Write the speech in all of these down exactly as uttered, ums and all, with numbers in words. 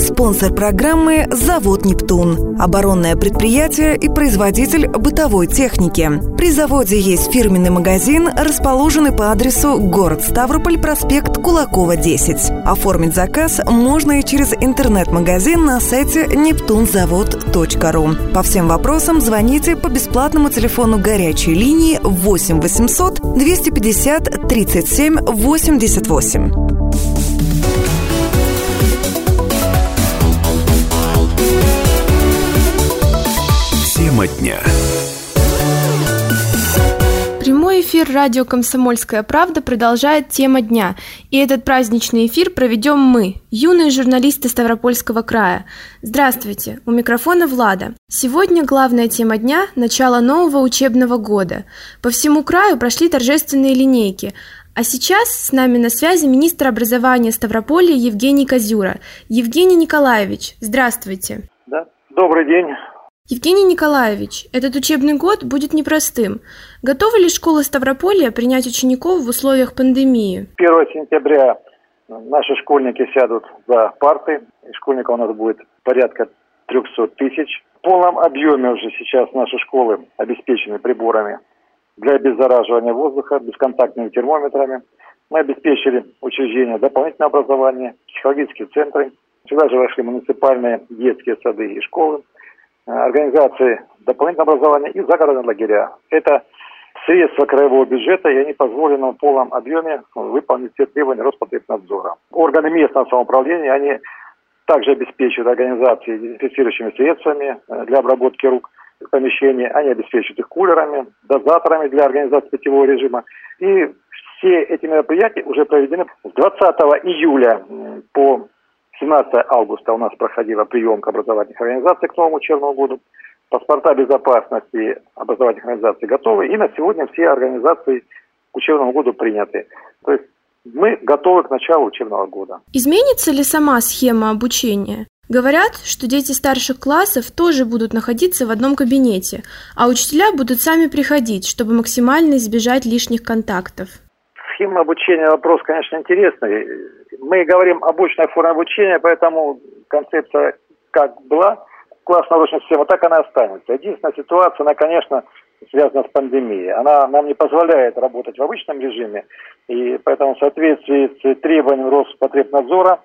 Спонсор программы «Завод Нептун». Оборонное предприятие и производитель бытовой техники. При заводе есть фирменный магазин, расположенный по адресу город Ставрополь, проспект Кулакова, десять. Оформить заказ можно и через интернет-магазин на сайте нептунзавод точка ру. По всем вопросам звоните по бесплатному телефону горячей линии восемь восемьсот двести пятьдесят тридцать семь восемьдесят восемь. Тема дня. Прямой эфир радио «Комсомольская правда» продолжает «Тема дня». И этот праздничный эфир проведем мы, юные журналисты Ставропольского края. Здравствуйте, у микрофона Влада. Сегодня главная тема дня – начало нового учебного года. По всему краю прошли торжественные линейки. А сейчас с нами на связи министр образования Ставрополья Евгений Козюра. Евгений Николаевич, здравствуйте. Да, добрый день. Евгений Николаевич, этот учебный год будет непростым. Готова ли школа Ставрополья принять учеников в условиях пандемии? первого сентября наши школьники сядут за парты. Школьников у нас будет порядка триста тысяч. В полном объеме уже сейчас наши школы обеспечены приборами для обеззараживания воздуха, бесконтактными термометрами. Мы обеспечили учреждения дополнительного образования, психологические центры. Сюда же вошли муниципальные детские сады и школы, организации дополнительного образования и загородные лагеря. Это средства краевого бюджета, и они позволят нам в полном объеме выполнить все требования Роспотребнадзора. Органы местного самоуправления, они также обеспечивают организации дезинфицирующими средствами для обработки рук помещений, они обеспечивают их кулерами, дозаторами для организации питьевого режима. И все эти мероприятия уже проведены с двадцатого июля по семнадцатого августа у нас проходила приемка образовательных организаций к новому учебному году. Паспорта безопасности образовательных организаций готовы. И на сегодня все организации к учебному году приняты. То есть мы готовы к началу учебного года. Изменится ли сама схема обучения? Говорят, что дети старших классов тоже будут находиться в одном кабинете, а учителя будут сами приходить, чтобы максимально избежать лишних контактов. Схема обучения — вопрос, конечно, интересный. Мы говорим об очной форме обучения, поэтому концепция как была, классно-научная система, так она и останется. Единственная ситуация, она, конечно, связана с пандемией. Она нам не позволяет работать в обычном режиме, и поэтому в соответствии с требованием Роспотребнадзора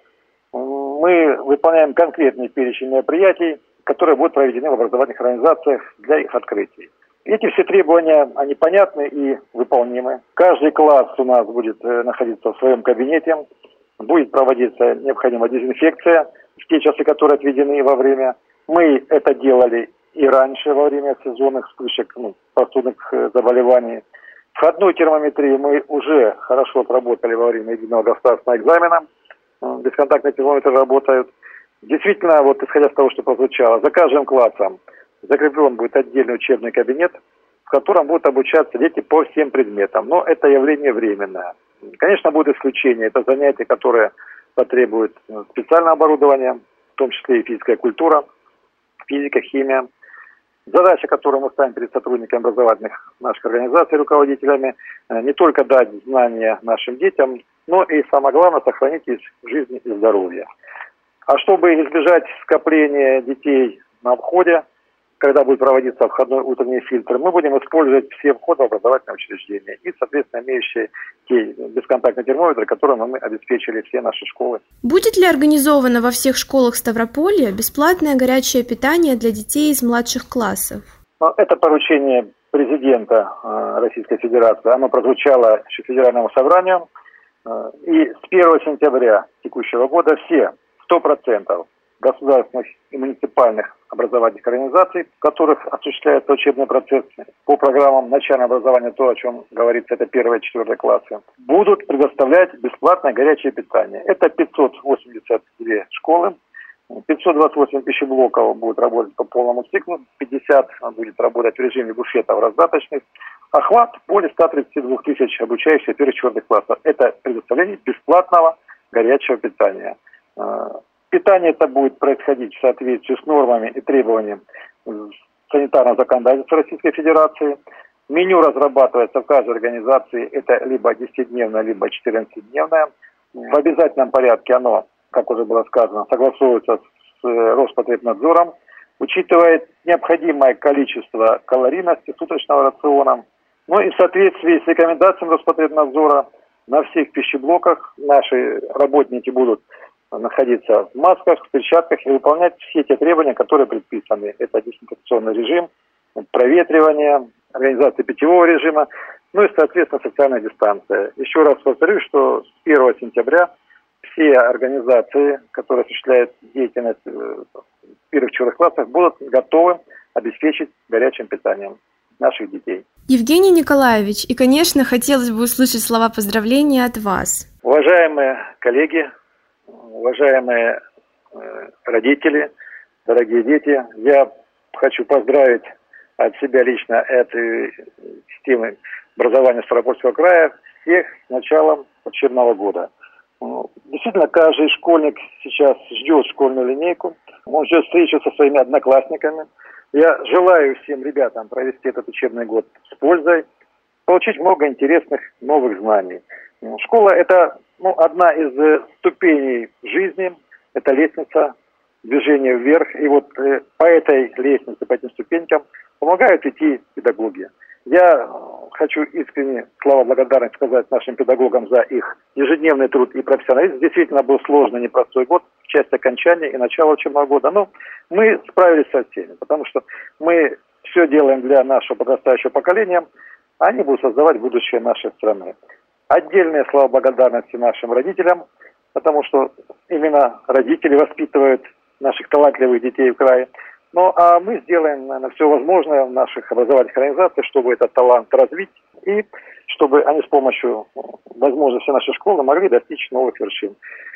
мы выполняем конкретный перечень мероприятий, которые будут проведены в образовательных организациях для их открытия. Эти все требования, они понятны и выполнимы. Каждый класс у нас будет находиться в своем кабинете, будет проводиться необходимая дезинфекция в те часы, которые отведены во время. Мы это делали и раньше, во время сезонных вспышек, ну, простудных заболеваний. Входную термометрию мы уже хорошо отработали во время единого государственного экзамена. Бесконтактные термометры работают. Действительно, вот исходя из того, что прозвучало, за каждым классом закреплен будет отдельный учебный кабинет, в котором будут обучаться дети по всем предметам. Но это явление временное. Конечно, будут исключения. Это занятия, которые потребуют специального оборудования, в том числе и физическая культура, физика, химия. Задача, которую мы ставим перед сотрудниками образовательных наших организаций, руководителями, не только дать знания нашим детям, но и, самое главное, сохранить их жизнь и здоровье. А чтобы избежать скопления детей на входе, когда будет проводиться входной утренний фильтр, мы будем использовать все входы в образовательное учреждение и, соответственно, имеющие те бесконтактные термометры, которыми мы обеспечили все наши школы. Будет ли организовано во всех школах Ставрополья бесплатное горячее питание для детей из младших классов? Это поручение президента Российской Федерации. Оно прозвучало еще Федеральному собранию. И с первого сентября текущего года все сто процентов государственных и муниципальных образовательных организаций, в которых осуществляется учебный процесс по программам начального образования, то, о чем говорится, это первые и четвертые классы, будут предоставлять бесплатное горячее питание. Это пятьсот восемьдесят две школы, пятьсот двадцать восемь пищеблоков будут работать по полному циклу, пятьдесят будет работать в режиме буфетов раздаточных. Охват более ста тридцати двух тысяч обучающихся первых и четвертых классов. Это предоставление бесплатного горячего питания. Питание это будет происходить в соответствии с нормами и требованиями санитарного законодательства Российской Федерации. Меню разрабатывается в каждой организации, это либо десятидневное, либо четырнадцатидневное. В обязательном порядке оно как уже было сказано, согласовываются с Роспотребнадзором, учитывает необходимое количество калорийности суточного рациона. Ну и в соответствии с рекомендациями Роспотребнадзора на всех пищеблоках наши работники будут находиться в масках, в перчатках и выполнять все те требования, которые предписаны. Это дезинфекционный режим, проветривание, организация питьевого режима, ну и, соответственно, социальная дистанция. Еще раз повторюсь, что с первого сентября все организации, которые осуществляют деятельность в первых-четвертых классах, будут готовы обеспечить горячим питанием наших детей. Евгений Николаевич, и, конечно, хотелось бы услышать слова поздравления от вас. Уважаемые коллеги, уважаемые родители, дорогие дети, я хочу поздравить от себя лично этой системы образования Ставропольского края всех с началом учебного года. Действительно, каждый школьник сейчас ждет школьную линейку, он ждет встречу со своими одноклассниками. Я желаю всем ребятам провести этот учебный год с пользой, получить много интересных новых знаний. Школа – это ну, одна из ступеней жизни, это лестница движения вверх. И вот э, по этой лестнице, по этим ступенькам помогают идти педагоги. Я хочу искренне слова благодарности сказать нашим педагогам за их ежедневный труд и профессионализм. Действительно был сложный, непростой год в части окончания и начала учебного года. Но мы справились со всеми, потому что мы все делаем для нашего подрастающего поколения, а они будут создавать будущее нашей страны. Отдельные слова благодарности нашим родителям, потому что именно родители воспитывают наших талантливых детей в крае. Ну, а мы сделаем, наверное, все возможное в наших образовательных организациях, чтобы этот талант развить и чтобы они с помощью возможностей нашей школы могли достичь новых вершин.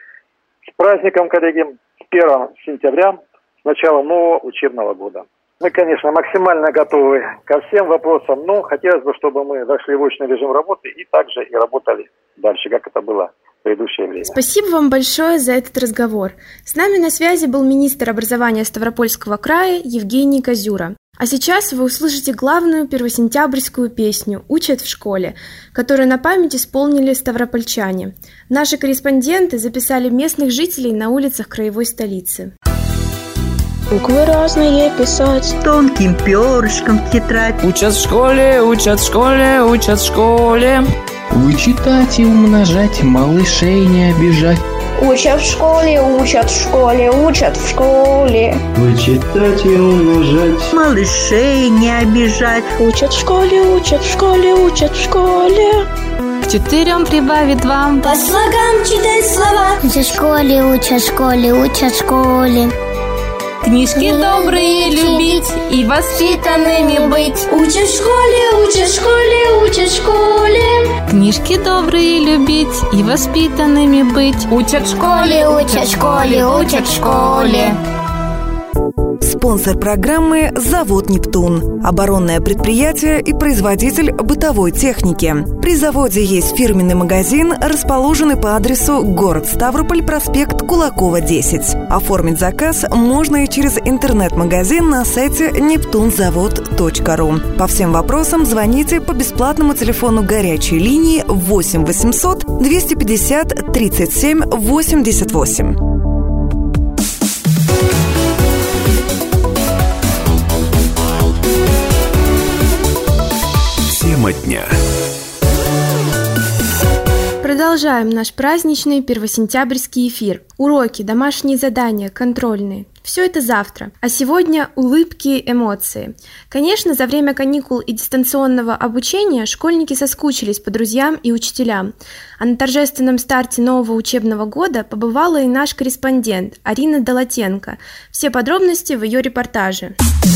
С праздником, коллеги, с первого сентября, с начала нового учебного года. Мы, конечно, максимально готовы ко всем вопросам, но хотелось бы, чтобы мы зашли в очный режим работы и также и работали дальше, как это было в предыдущее время. Спасибо вам большое за этот разговор. С нами на связи был министр образования Ставропольского края Евгений Козюра. А сейчас вы услышите главную первосентябрьскую песню «Учат в школе», которую на память исполнили ставропольчане. Наши корреспонденты записали местных жителей на улицах краевой столицы. Буквы разные писать, тонким перышком в тетрадь. Учат в школе, учат в школе, учат в школе. Вычитать и умножать, малышей не обижать. Учат в школе, учат в школе, учат в школе. Вычитать и умножать, малышей не обижать. Учат в школе, учат в школе, учат в школе. К четырем прибавит вам по слогам читать слова. Учат в школе, учат в школе, учат в школе. Книжки добрые любить и воспитанными быть. Учат в школе, учат в школе, учат в школе. Книжки добрые любить и воспитанными быть. Учат в школе, учат в школе, учат в школе. Спонсор программы «Завод Нептун». Оборонное предприятие и производитель бытовой техники. При заводе есть фирменный магазин, расположенный по адресу город Ставрополь, проспект Кулакова, десять. Оформить заказ можно и через интернет-магазин на сайте нептунзавод точка ру. По всем вопросам звоните по бесплатному телефону горячей линии восемь восемьсот двести пятьдесят тридцать семь восемьдесят восемь. Тема дня. Продолжаем наш праздничный первосентябрьский эфир. Уроки, домашние задания, контрольные. Все это завтра. А сегодня улыбки, эмоции. Конечно, за время каникул и дистанционного обучения школьники соскучились по друзьям и учителям. А на торжественном старте нового учебного года побывала и наш корреспондент Арина Долотенко. Все подробности в ее репортаже.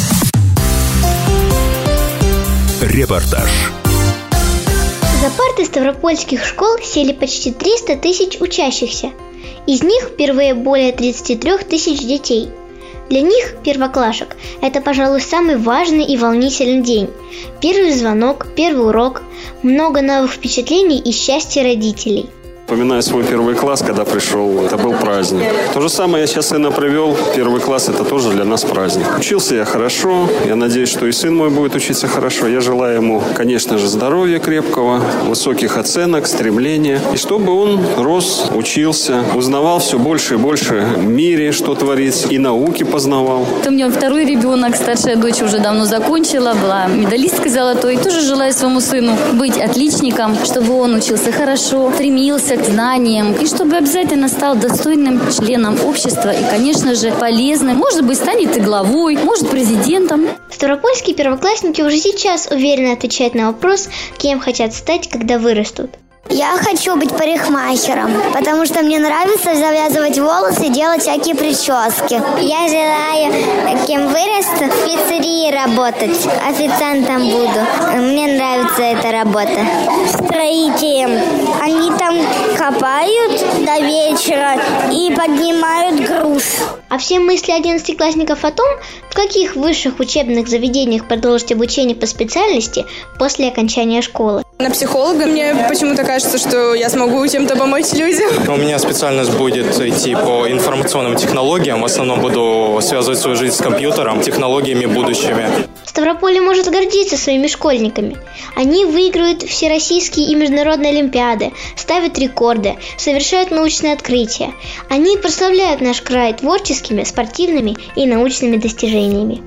Репортаж. За парты ставропольских школ сели почти триста тысяч учащихся. Из них впервые более тридцать три тысяч детей. Для них, первоклашек, это, пожалуй, самый важный и волнительный день. Первый звонок, первый урок, много новых впечатлений и счастья родителей. Вспоминаю свой первый класс, когда пришел, это был праздник. То же самое я сейчас сына привел, первый класс, это тоже для нас праздник. Учился я хорошо, я надеюсь, что и сын мой будет учиться хорошо. Я желаю ему, конечно же, здоровья крепкого, высоких оценок, стремления. И чтобы он рос, учился, узнавал все больше и больше в мире, что творится, и науки познавал. У меня второй ребенок, старшая дочь уже давно закончила, была медалисткой золотой. Тоже желаю своему сыну быть отличником, чтобы он учился хорошо, стремился к знаниям, и чтобы обязательно стал достойным членом общества и, конечно же, полезным. Может быть, станет и главой, может, президентом. Ставропольские первоклассники уже сейчас уверенно отвечают на вопрос, кем хотят стать, когда вырастут. Я хочу быть парикмахером, потому что мне нравится завязывать волосы и делать всякие прически. Я желаю, кем вырасту, в пиццерии работать. Официантом буду. Мне нравится эта работа. Строителем. Они там копают до вечера и поднимают груз. А все мысли одиннадцатиклассников о том, в каких высших учебных заведениях продолжить обучение по специальности после окончания школы. На психолога мне почему-то кажется, что я смогу чем-то помочь людям. У меня специальность будет идти по информационным технологиям. В основном буду связывать свою жизнь с компьютером, технологиями будущими. Ставрополье может гордиться своими школьниками. Они выигрывают всероссийские и международные олимпиады, ставят рекорды, совершают научные открытия. Они прославляют наш край творческими, спортивными и научными достижениями.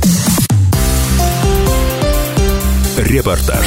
Репортаж.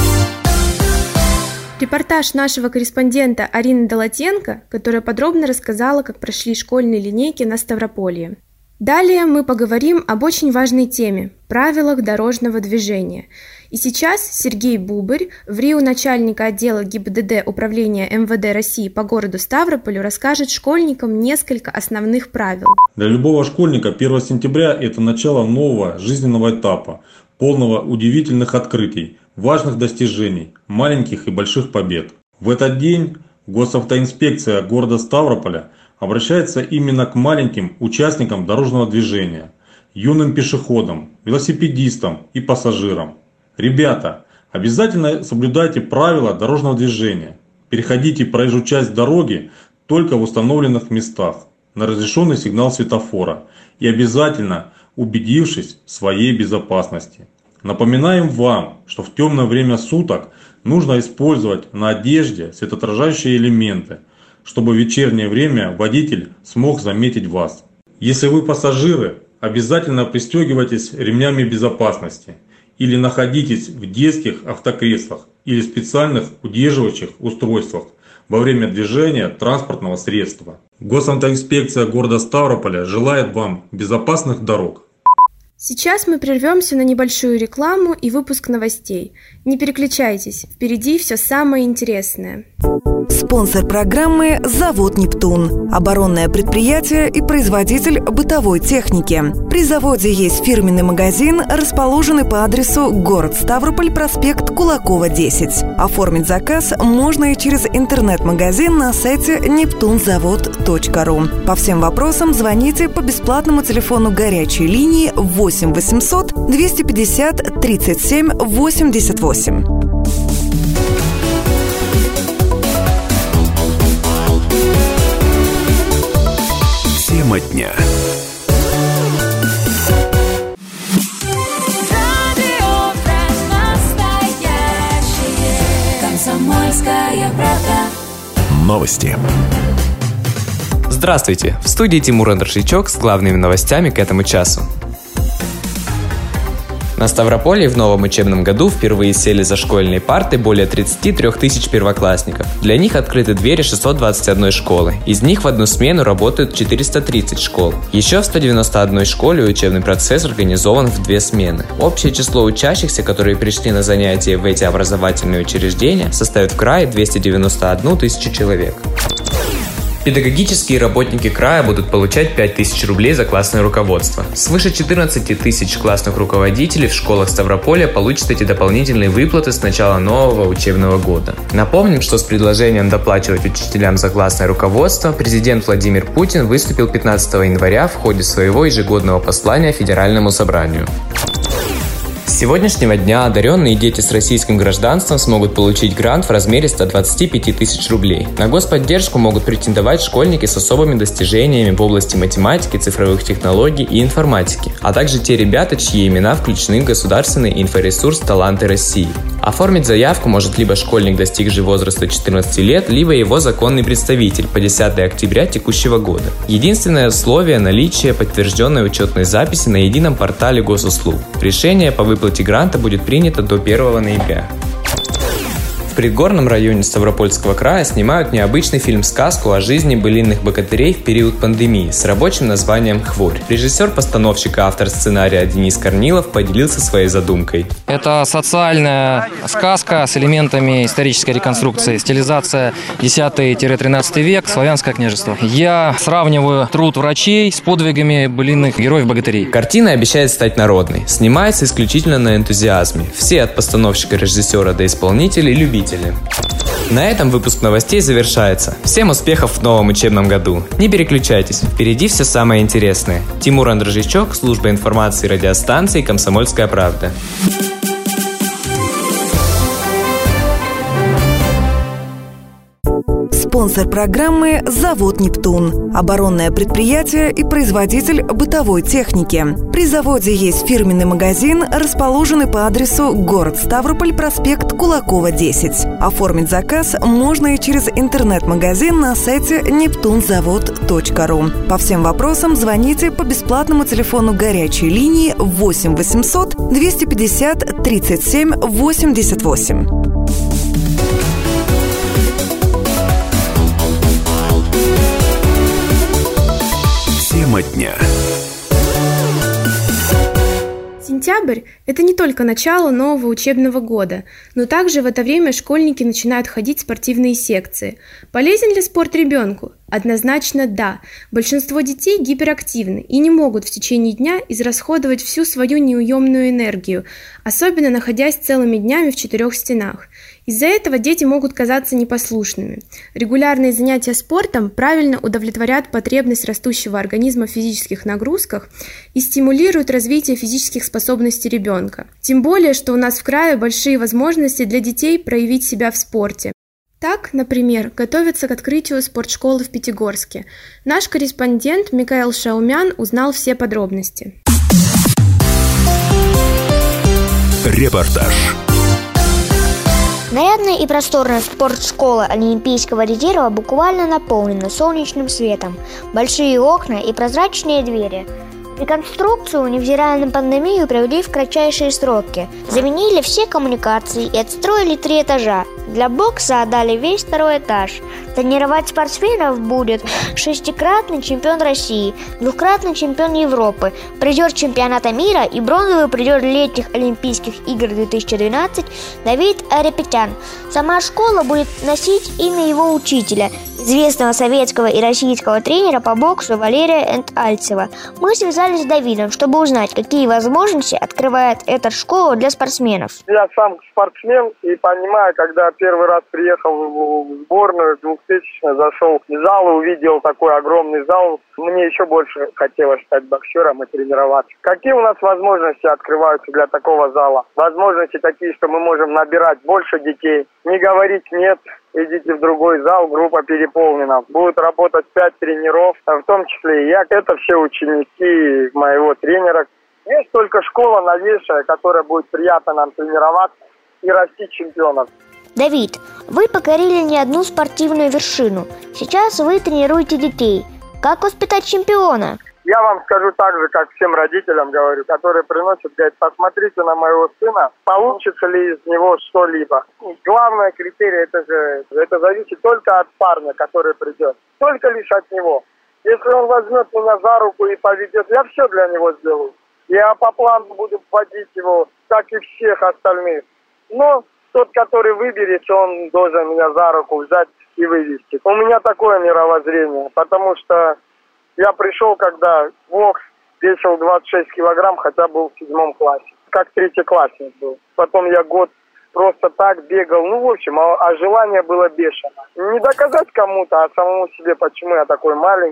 Репортаж нашего корреспондента Арины Долотенко, которая подробно рассказала, как прошли школьные линейки на Ставрополье. Далее мы поговорим об очень важной теме – правилах дорожного движения. И сейчас Сергей Бубарь, в РИО начальника отдела ГИБДД Управления эм вэ дэ России по городу Ставрополю, расскажет школьникам несколько основных правил. Для любого школьника первое сентября – это начало нового жизненного этапа, полного удивительных открытий, важных достижений, маленьких и больших побед. В этот день Госавтоинспекция города Ставрополя обращается именно к маленьким участникам дорожного движения, юным пешеходам, велосипедистам и пассажирам. Ребята, обязательно соблюдайте правила дорожного движения. Переходите проезжую часть дороги только в установленных местах, на разрешенный сигнал светофора и обязательно убедившись в своей безопасности. Напоминаем вам, что в темное время суток нужно использовать на одежде светоотражающие элементы, чтобы в вечернее время водитель смог заметить вас. Если вы пассажиры, обязательно пристегивайтесь ремнями безопасности или находитесь в детских автокреслах или специальных удерживающих устройствах во время движения транспортного средства. Госавтоинспекция города Ставрополя желает вам безопасных дорог. Сейчас мы прервемся на небольшую рекламу и выпуск новостей. Не переключайтесь, впереди все самое интересное. Спонсор программы «Завод Нептун». Оборонное предприятие и производитель бытовой техники. При заводе есть фирменный магазин, расположенный по адресу город Ставрополь, проспект Кулакова, десять. Оформить заказ можно и через интернет-магазин на сайте нептунзавод точка ру. По всем вопросам звоните по бесплатному телефону горячей линии восемь восемьсот двести пятьдесят тридцать семь восемьдесят восемь. Тема дня. Новости. Здравствуйте! В студии Тимур Андршичок с главными новостями к этому часу. На Ставрополье в новом учебном году впервые сели за школьные парты более тридцать три тысяч первоклассников. Для них открыты двери шестьсот двадцать одной школы. Из них в одну смену работают четыреста тридцать школ. Еще в ста девяноста одной школе учебный процесс организован в две смены. Общее число учащихся, которые пришли на занятия в эти образовательные учреждения, составит в крае двести девяносто одну тысячу человек. Педагогические работники края будут получать пять тысяч рублей за классное руководство. Свыше четырнадцати тысяч классных руководителей в школах Ставрополя получат эти дополнительные выплаты с начала нового учебного года. Напомним, что с предложением доплачивать учителям за классное руководство президент Владимир Путин выступил пятнадцатого января в ходе своего ежегодного послания Федеральному собранию. С сегодняшнего дня одаренные дети с российским гражданством смогут получить грант в размере сто двадцать пять тысяч рублей. На господдержку могут претендовать школьники с особыми достижениями в области математики, цифровых технологий и информатики, а также те ребята, чьи имена включены в государственный инфоресурс «Таланты России». Оформить заявку может либо школьник, достигший возраста четырнадцати лет, либо его законный представитель по десятого октября текущего года. Единственное условие – наличие подтвержденной учетной записи на едином портале госуслуг. Решение по выплате гранта будет принято до первого ноября. В предгорном районе Ставропольского края снимают необычный фильм-сказку о жизни былинных богатырей в период пандемии с рабочим названием «Хворь». Режиссер-постановщик и автор сценария Денис Корнилов поделился своей задумкой. Это социальная сказка с элементами исторической реконструкции, стилизация десятый-тринадцатый век, славянское княжество. Я сравниваю труд врачей с подвигами былинных героев-богатырей. Картина обещает стать народной. Снимается исключительно на энтузиазме. Все от постановщика, режиссера до исполнителей любители. На этом выпуск новостей завершается. Всем успехов в новом учебном году. Не переключайтесь, впереди все самое интересное. Тимур Андрожичок, служба информации радиостанции «Комсомольская правда». Спонсор программы «Завод Нептун». Оборонное предприятие и производитель бытовой техники. При заводе есть фирменный магазин, расположенный по адресу город Ставрополь, проспект Кулакова, десять. Оформить заказ можно и через интернет-магазин на сайте нептунзавод точка ру. По всем вопросам звоните по бесплатному телефону горячей линии восемь восемьсот двести пятьдесят тридцать семь восемьдесят восемь. Тема дня. Сентябрь – это не только начало нового учебного года, но также в это время школьники начинают ходить в спортивные секции. Полезен ли спорт ребенку? Однозначно да. Большинство детей гиперактивны и не могут в течение дня израсходовать всю свою неуемную энергию, особенно находясь целыми днями в четырех стенах. Из-за этого дети могут казаться непослушными. Регулярные занятия спортом правильно удовлетворят потребность растущего организма в физических нагрузках и стимулируют развитие физических способностей ребенка. Тем более, что у нас в крае большие возможности для детей проявить себя в спорте. Так, например, готовятся к открытию спортшколы в Пятигорске. Наш корреспондент Микаэл Шаумян узнал все подробности. Репортаж. Нарядная и просторная спортшкола Олимпийского резерва буквально наполнена солнечным светом, большие окна и прозрачные двери. Реконструкцию, невзирая на пандемию, провели в кратчайшие сроки. Заменили все коммуникации и отстроили три этажа. Для бокса отдали весь второй этаж. Тренировать спортсменов будет шестикратный чемпион России, двукратный чемпион Европы, призер чемпионата мира и бронзовый призер летних Олимпийских игр две тысячи двенадцать Давид Арепетян. Сама школа будет носить имя его учителя, известного советского и российского тренера по боксу Валерия Энтальцева. Мы связались с Давидом, чтобы узнать, какие возможности открывает эта школа для спортсменов. Я сам спортсмен и понимаю, когда первый раз приехал в сборную, двухтысячную, зашел в зал и увидел такой огромный зал, мне еще больше хотелось стать боксером и тренироваться. Какие у нас возможности открываются для такого зала? Возможности такие, что мы можем набирать больше детей, не говорить «нет», идите в другой зал, группа переполнена. Будут работать пять тренеров, в том числе и я. Это все ученики моего тренера. Есть только школа новейшая, которая будет приятно нам тренироваться и расти чемпионов. Давид, вы покорили не одну спортивную вершину. Сейчас вы тренируете детей. Как воспитать чемпиона? Я вам скажу так же, как всем родителям говорю, которые приносят, говорят, посмотрите на моего сына, получится ли из него что-либо. Главное критерий, это же, это зависит только от парня, который придет. Только лишь от него. Если он возьмет меня за руку и поведет, я все для него сделаю. Я по плану буду вводить его, как и всех остальных. Но тот, который выберется, он должен меня за руку взять и вывести. У меня такое мировоззрение, потому что я пришел, когда бокс весил двадцать шесть килограмм, хотя был в седьмом классе. Как третьеклассник был. Потом я год просто так бегал. Ну, в общем, а, а желание было бешено. Не доказать кому-то, а самому себе, почему я такой маленький.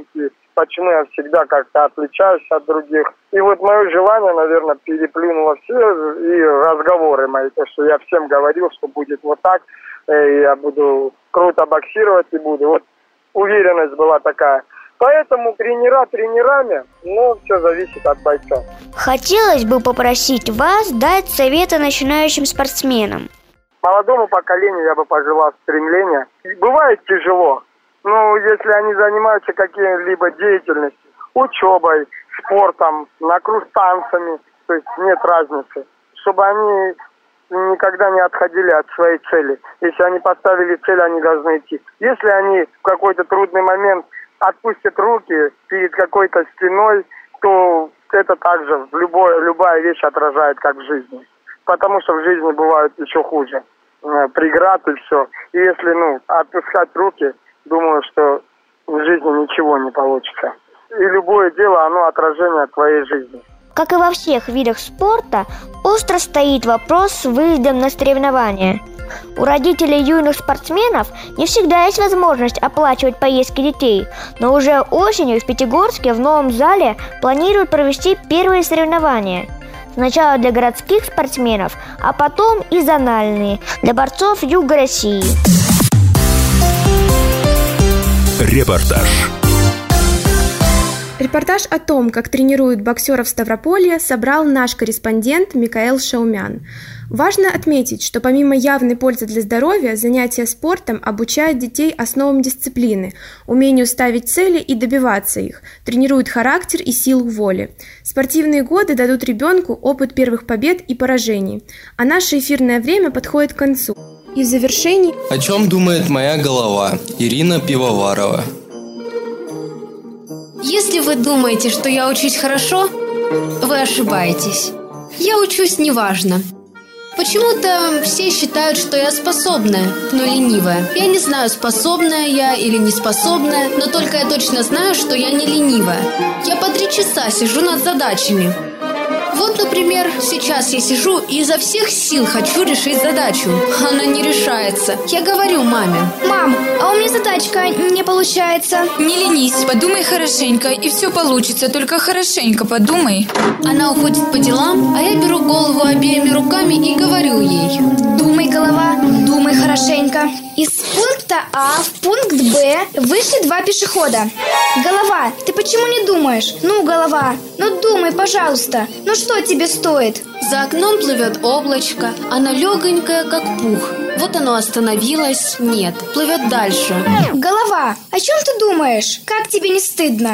почему я всегда как-то отличаюсь от других. И вот мое желание, наверное, переплюнуло все и разговоры мои, то, что я всем говорил, что будет вот так, и я буду круто боксировать и буду. Вот уверенность была такая. Поэтому тренера тренерами, но все зависит от бойца. Хотелось бы попросить вас дать советы начинающим спортсменам. Молодому поколению я бы пожелал стремления. Бывает тяжело, но если они занимаются какой-либо деятельностью, учебой, спортом, на круг танцами, то есть нет разницы, чтобы они никогда не отходили от своей цели. Если они поставили цель, они должны идти. Если они в какой-то трудный момент отпустят руки перед какой-то стеной, то это также в любой, любая вещь отражает, как в жизни. Потому что в жизни бывают еще хуже. Преград и все. И если, ну, отпускать руки, думаю, что в жизни ничего не получится. И любое дело, оно отражение твоей жизни. Как и во всех видах спорта, остро стоит вопрос с выездом на соревнования. У родителей юных спортсменов не всегда есть возможность оплачивать поездки детей, но уже осенью в Пятигорске в новом зале планируют провести первые соревнования. Сначала для городских спортсменов, а потом и зональные для борцов Юга России. Репортаж. Репортаж о том, как тренируют боксеров Ставрополья, собрал наш корреспондент Микаэл Шаумян. Важно отметить, что помимо явной пользы для здоровья, занятия спортом обучают детей основам дисциплины, умению ставить цели и добиваться их, тренируют характер и силу воли. Спортивные годы дадут ребенку опыт первых побед и поражений. А наше эфирное время подходит к концу. И в завершении... О чем думает моя голова? Ирина Пивоварова. Если вы думаете, что я учусь хорошо, вы ошибаетесь. Я учусь неважно. Почему-то все считают, что я способная, но ленивая. Я не знаю, способная я или не способная, но только я точно знаю, что я не ленивая. Я по три часа сижу над задачами. Вот, например, сейчас я сижу и изо всех сил хочу решить задачу. Она не решается. Я говорю маме: «Мам, а у меня задачка не получается». «Не ленись, подумай хорошенько, и все получится, только хорошенько подумай». Она уходит по делам, а я беру голову обеими руками и говорю ей: «Думай, голова, думай хорошенько». Из пункта А в пункт Б вышли два пешехода. Голова, ты почему не думаешь? Ну, голова, ну думай, пожалуйста. Ну что тебе стоит? За окном плывет облачко, оно легонькое, как пух. Вот оно остановилось, нет, плывет дальше. Голова, о чем ты думаешь? Как тебе не стыдно?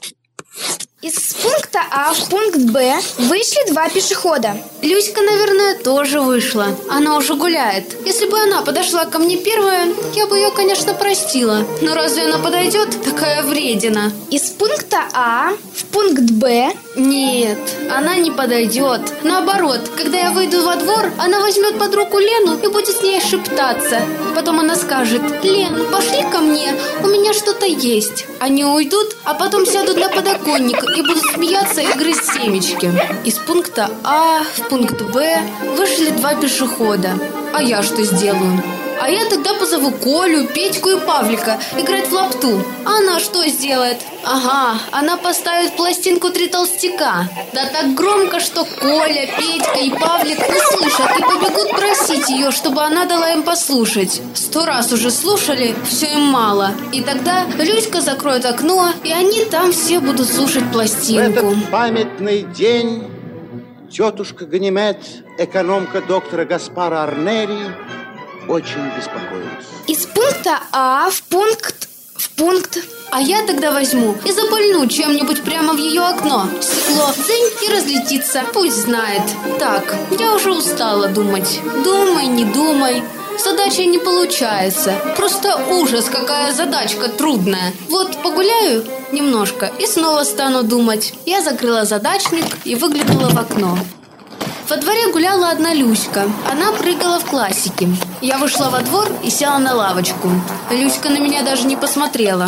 Из пункта А в пункт Б вышли два пешехода. Люська, наверное, тоже вышла. Она уже гуляет. Если бы она подошла ко мне первая, я бы ее, конечно, простила. Но разве она подойдет? Такая вредина. Из пункта А в пункт Б... Нет, она не подойдет. Наоборот, когда я выйду во двор, она возьмет под руку Лену и будет с ней шептаться. Потом она скажет: «Лен, пошли ко мне, у меня что-то есть». Они уйдут, а потом сядут на подоконник и будут смеяться и грызть семечки. Из пункта А в пункт Б вышли два пешехода. А я что сделаю? А я тогда позову Колю, Петьку и Павлика играть в лапту. А она что сделает? Ага, она поставит пластинку «Три толстяка». Да так громко, что Коля, Петька и Павлик услышат и побегут просить ее, чтобы она дала им послушать. Сто раз уже слушали, все им мало. И тогда Люська закроет окно, и они там все будут слушать пластинку. В этот памятный день тетушка Ганимед, экономка доктора Гаспара Арнери, очень беспокоилась. Из пункта А в пункт... в пункт... А я тогда возьму и запульну чем-нибудь прямо в ее окно. Стекло дзынь и разлетится. Пусть знает. Так, я уже устала думать. Думай, не думай. Задача не получается. Просто ужас, какая задачка трудная. Вот погуляю немножко и снова стану думать. Я закрыла задачник и выглянула в окно. Во дворе гуляла одна Люська. Она прыгала в классике. Я вышла во двор и села на лавочку. Люська на меня даже не посмотрела.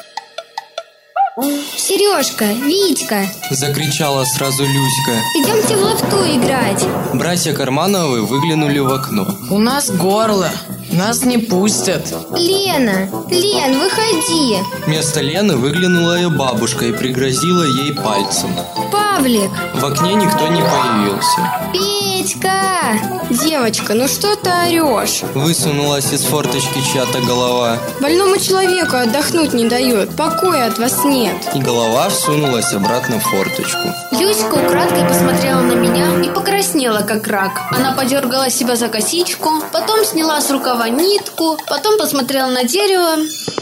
Сережка, Витька! Закричала сразу Люська. Идемте в лапту играть. Братья Кармановы выглянули в окно. У нас горло. Нас не пустят. Лена, Лен, выходи. Вместо Лены выглянула ее бабушка и пригрозила ей пальцем. Павлик. В окне никто не появился. Петька. Девочка, ну что ты орешь? Высунулась из форточки чья-то голова. Больному человеку отдохнуть не дает, покоя от вас нет. И голова всунулась обратно в форточку. Люська украдкой посмотрела на меня и покраснела, как рак. Она подергала себя за косичку, потом сняла с рукава нитку, потом посмотрела на дерево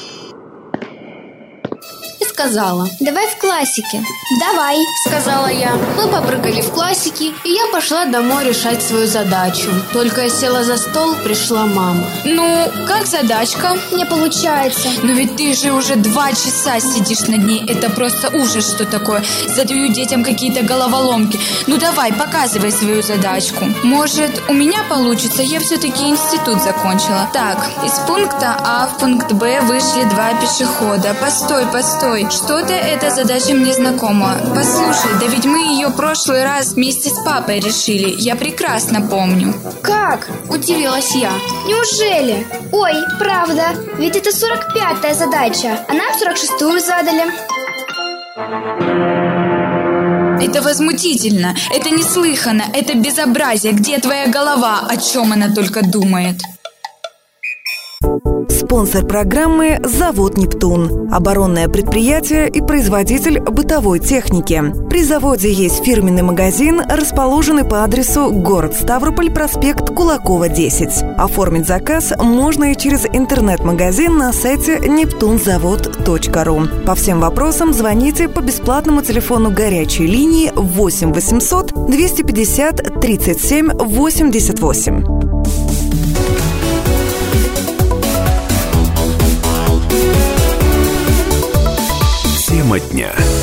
и сказала: давай в классике. Давай, сказала я. Мы попрыгали в классике, и я пошла домой решать свою задачу. Только я села за стол, пришла мама. Ну, как задачка? Не получается. Но ведь ты же уже два часа сидишь над ней. Это просто ужас, что такое. Задаю детям какие-то головоломки. Ну давай, показывай свою задачку. Может, у меня получится? Я все-таки институт закончила. Так, из пункта А в пункт Б вышли два пешехода. Постой, постой. Что-то эта задача мне знакома. Послушай, да ведь мы ее в прошлый раз вместе с папой решили. Я прекрасно помню. Как? Удивилась я. Неужели? Ой, правда. Ведь это сорок пятая задача, а нам сорок шестую задали. Это возмутительно, это неслыханно, это безобразие. Где твоя голова? О чем она только думает? Спонсор программы «Завод Нептун». Оборонное предприятие и производитель бытовой техники. При заводе есть фирменный магазин, расположенный по адресу город Ставрополь, проспект Кулакова, десять. Оформить заказ можно и через интернет-магазин на сайте нептунзавод точка ру. По всем вопросам звоните по бесплатному телефону горячей линии восемь восемьсот двести пятьдесят тридцать семь восемьдесят восемь. Тема дня.